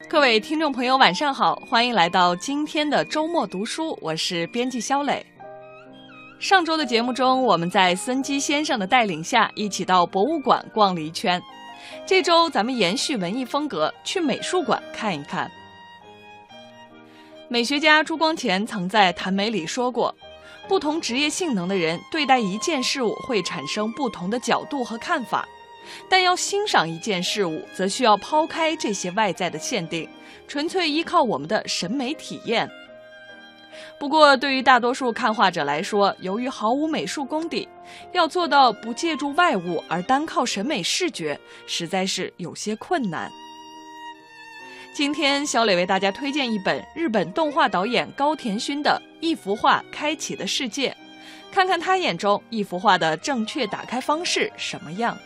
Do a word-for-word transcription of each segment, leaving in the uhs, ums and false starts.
各位听众朋友晚上好，欢迎来到今天的周末读书，我是编辑肖磊。上周的节目中，我们在孙基先生的带领下一起到博物馆逛了一圈。这周咱们延续文艺风格，去美术馆看一看。美学家朱光潜曾在谈美里说过，不同职业性能的人对待一件事物会产生不同的角度和看法，但要欣赏一件事物，则需要抛开这些外在的限定，纯粹依靠我们的审美体验。不过，对于大多数看画者来说，由于毫无美术功底，要做到不借助外物而单靠审美视觉，实在是有些困难。今天，小磊为大家推荐一本日本动画导演高田勋的《一幅画开启的世界》，看看他眼中一幅画的正确打开方式什么样。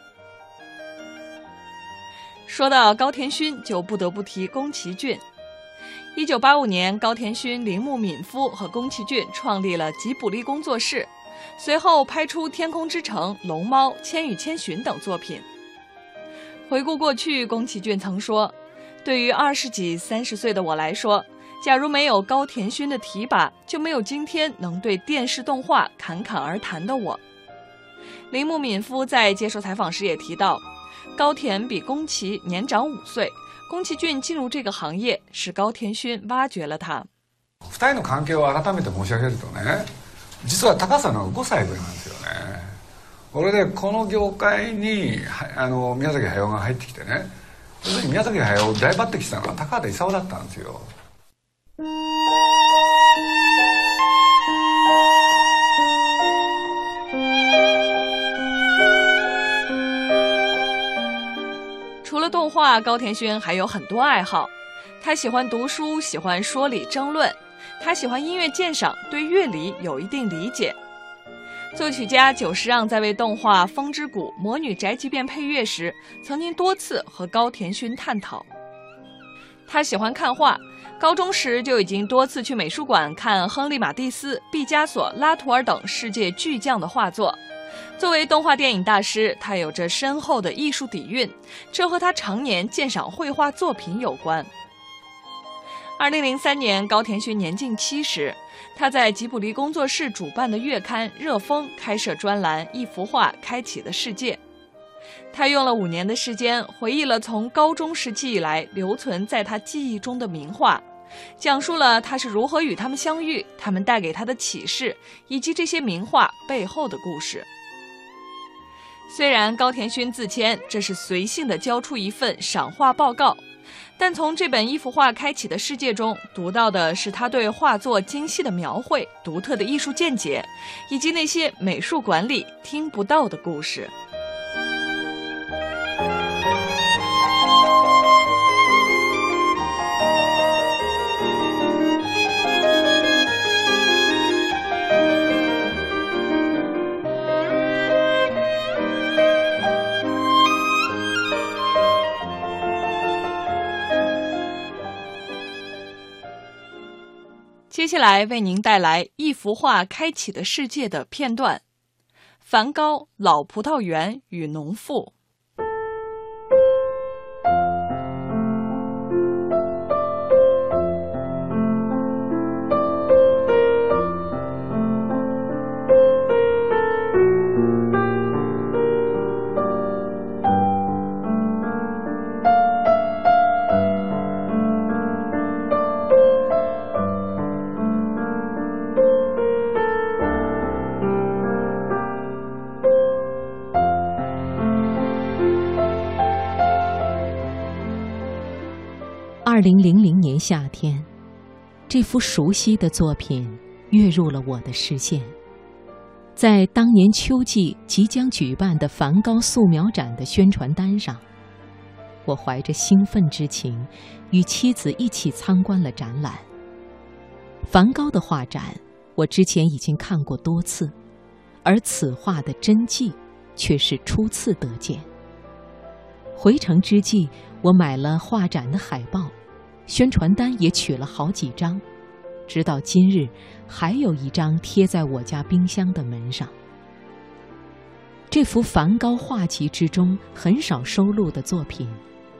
说到高田勋，就不得不提宫崎骏。一九八五年，高田勋、铃木敏夫和宫崎骏创立了吉卜力工作室，随后拍出《天空之城》、《龙猫》、《千与千寻》等作品。回顾过去，宫崎骏曾说，对于二十几、三十岁的我来说，假如没有高田勋的提拔，就没有今天能对电视动画侃侃而谈的我。铃木敏夫在接受采访时也提到，高田比宫崎年长五岁，宫崎骏进入这个行业是高田勋挖掘了他。 二人の関係を改めて申し上げるとね、実は高さのごさい上なんですよね。これでこの業界にあの宮崎駿が入ってきてね、要するに宮崎駿を大抜擢したのは高畑勲だったんですよ。 除了动画，高田勋还有很多爱好。他喜欢读书，喜欢说理争论，他喜欢音乐鉴赏，对乐理有一定理解。作曲家久石让在为动画《风之谷》《魔女宅急便》配乐时，曾经多次和高田勋探讨。他喜欢看画，高中时就已经多次去美术馆看亨利·马蒂斯、毕加索、拉图尔等世界巨匠的画作。作为动画电影大师，他有着深厚的艺术底蕴，这和他常年鉴赏绘画作品有关。二零零三年，高田勋年近七十，他在吉卜力工作室主办的月刊《热风》开设专栏《一幅画开启的世界》。他用了五年的时间，回忆了从高中时期以来留存在他记忆中的名画，讲述了他是如何与他们相遇，他们带给他的启示，以及这些名画背后的故事。虽然高田勋自谦这是随性地交出一份赏画报告，但从这本一幅画开启的世界中读到的是他对画作精细的描绘、独特的艺术见解，以及那些美术馆里听不到的故事。接下来为您带来一幅画开启的世界的片段，梵高《老葡萄园与农妇》。 二零零零年夏天，这幅熟悉的作品跃入了我的视线。在当年秋季即将举办的梵高素描展的宣传单上，我怀着兴奋之情，与妻子一起参观了展览。梵高的画展，我之前已经看过多次，而此画的真迹却是初次得见。回程之际，我买了画展的海报，宣传单也取了好几张，直到今日还有一张贴在我家冰箱的门上。这幅梵高画集之中很少收录的作品，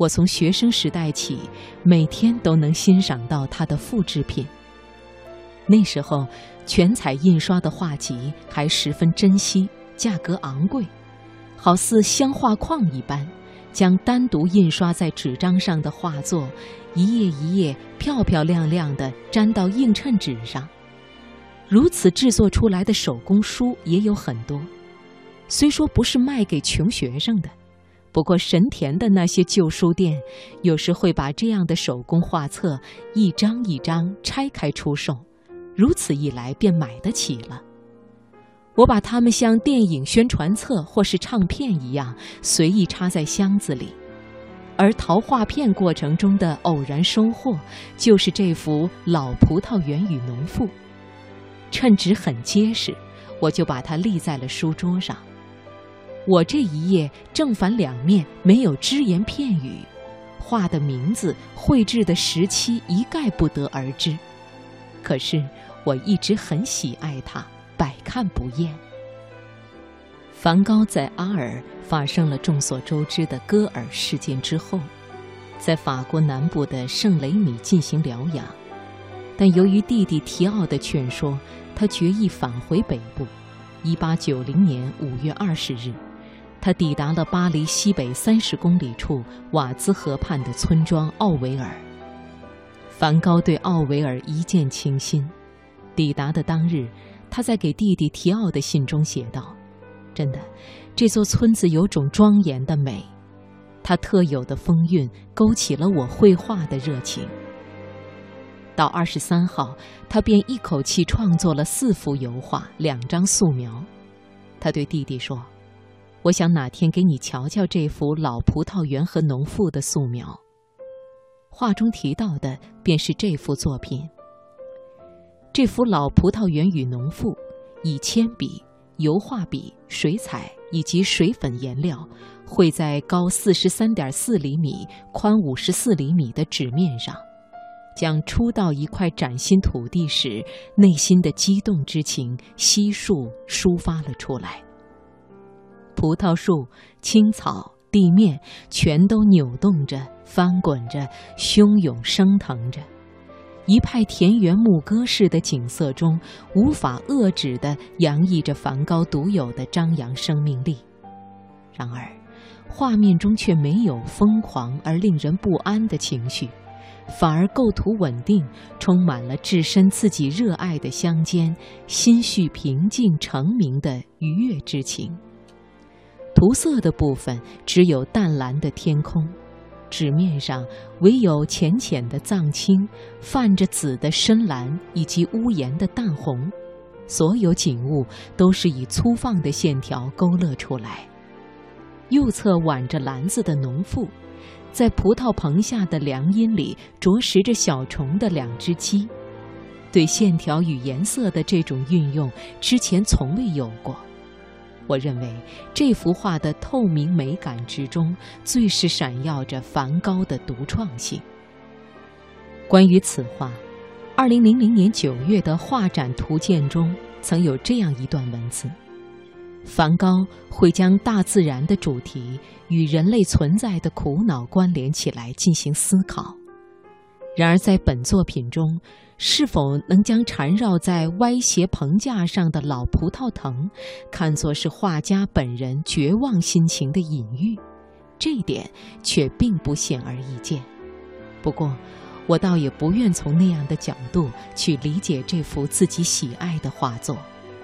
我从学生时代起，每天都能欣赏到他的复制品。那时候，全彩印刷的画集还十分珍惜，价格昂贵，好似镶画框一般，将单独印刷在纸张上的画作，一页一页漂漂亮亮地粘到映衬纸上。如此制作出来的手工书也有很多，虽说不是卖给穷学生的，不过神田的那些旧书店有时会把这样的手工画册一张一张拆开出售，如此一来便买得起了。我把它们像电影宣传册或是唱片一样随意插在箱子里，而淘画片过程中的偶然收获就是这幅《老葡萄园与农妇》。衬纸很结实，我就把它立在了书桌上。我这一页正反两面没有只言片语，画的名字、绘制的时期一概不得而知。可是我一直很喜爱它，百看不厌。梵高在阿尔发生了众所周知的戈尔事件之后，在法国南部的圣雷米进行疗养，但由于弟弟提奥的劝说，他决意返回北部。一八九零年五月二十日，他抵达了巴黎西北三十公里处瓦兹河畔的村庄奥维尔。梵高对奥维尔一见倾心。抵达的当日，他在给弟弟提奥的信中写道：真的，这座村子有种庄严的美，它特有的风韵勾起了我绘画的热情。到二十三号，他便一口气创作了四幅油画，两张素描。他对弟弟说：我想哪天给你瞧瞧这幅老葡萄园和农妇的素描。画中提到的便是这幅作品。这幅老葡萄园与农妇以铅笔、油画笔、水彩以及水粉颜料绘在高 四十三点四厘米、宽五十四厘米的纸面上，将初到一块崭新土地时内心的激动之情悉数抒发了出来。葡萄树、青草、地面全都扭动着、翻滚着、汹涌升腾着，一派田园牧歌式的景色中，无法遏制地洋溢着梵高独有的张扬生命力。然而，画面中却没有疯狂而令人不安的情绪，反而构图稳定，充满了置身自己热爱的乡间，心绪平静澄明的愉悦之情。涂色的部分只有淡蓝的天空，纸面上唯有浅浅的藏青，泛着紫的深蓝以及屋檐的淡红，所有景物都是以粗放的线条勾勒出来。右侧挽着篮子的农妇，在葡萄棚下的凉荫里啄食着小虫的两只鸡，对线条与颜色的这种运用之前从未有过。我认为这幅画的透明美感之中，最是闪耀着梵高的独创性。关于此画，二零零零年九月的画展图鉴中曾有这样一段文字：梵高会将大自然的主题与人类存在的苦恼关联起来进行思考。然而在本作品中，是否能将缠绕在歪斜棚架上的老葡萄藤看作是画家本人绝望心情的隐喻，这一点却并不显而易见。不过我倒也不愿从那样的角度去理解这幅自己喜爱的画作。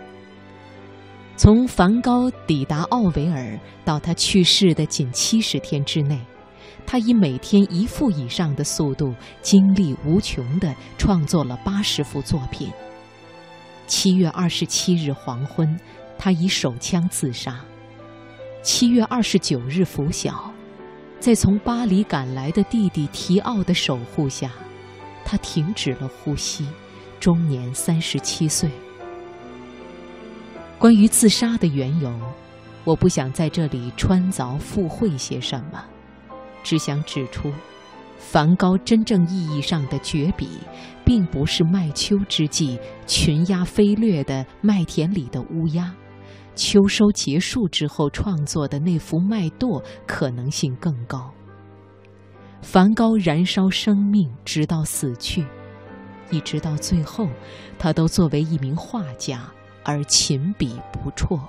从梵高抵达奥维尔到他去世的仅七十天之内，他以每天一幅以上的速度，精力无穷地创作了八十幅作品。七月二十七日黄昏，他以手枪自杀。七月二十九日拂晓，在从巴黎赶来的弟弟提奥的守护下，他停止了呼吸，终年三十七岁。关于自杀的缘由，我不想在这里穿凿附会些什么，只想指出，梵高真正意义上的绝笔，并不是麦秋之际群鸦飞掠的麦田里的乌鸦，秋收结束之后创作的那幅麦垛可能性更高。 梵高燃烧生命直到死去，一直到最后，他都作为一名画家而勤笔不辍。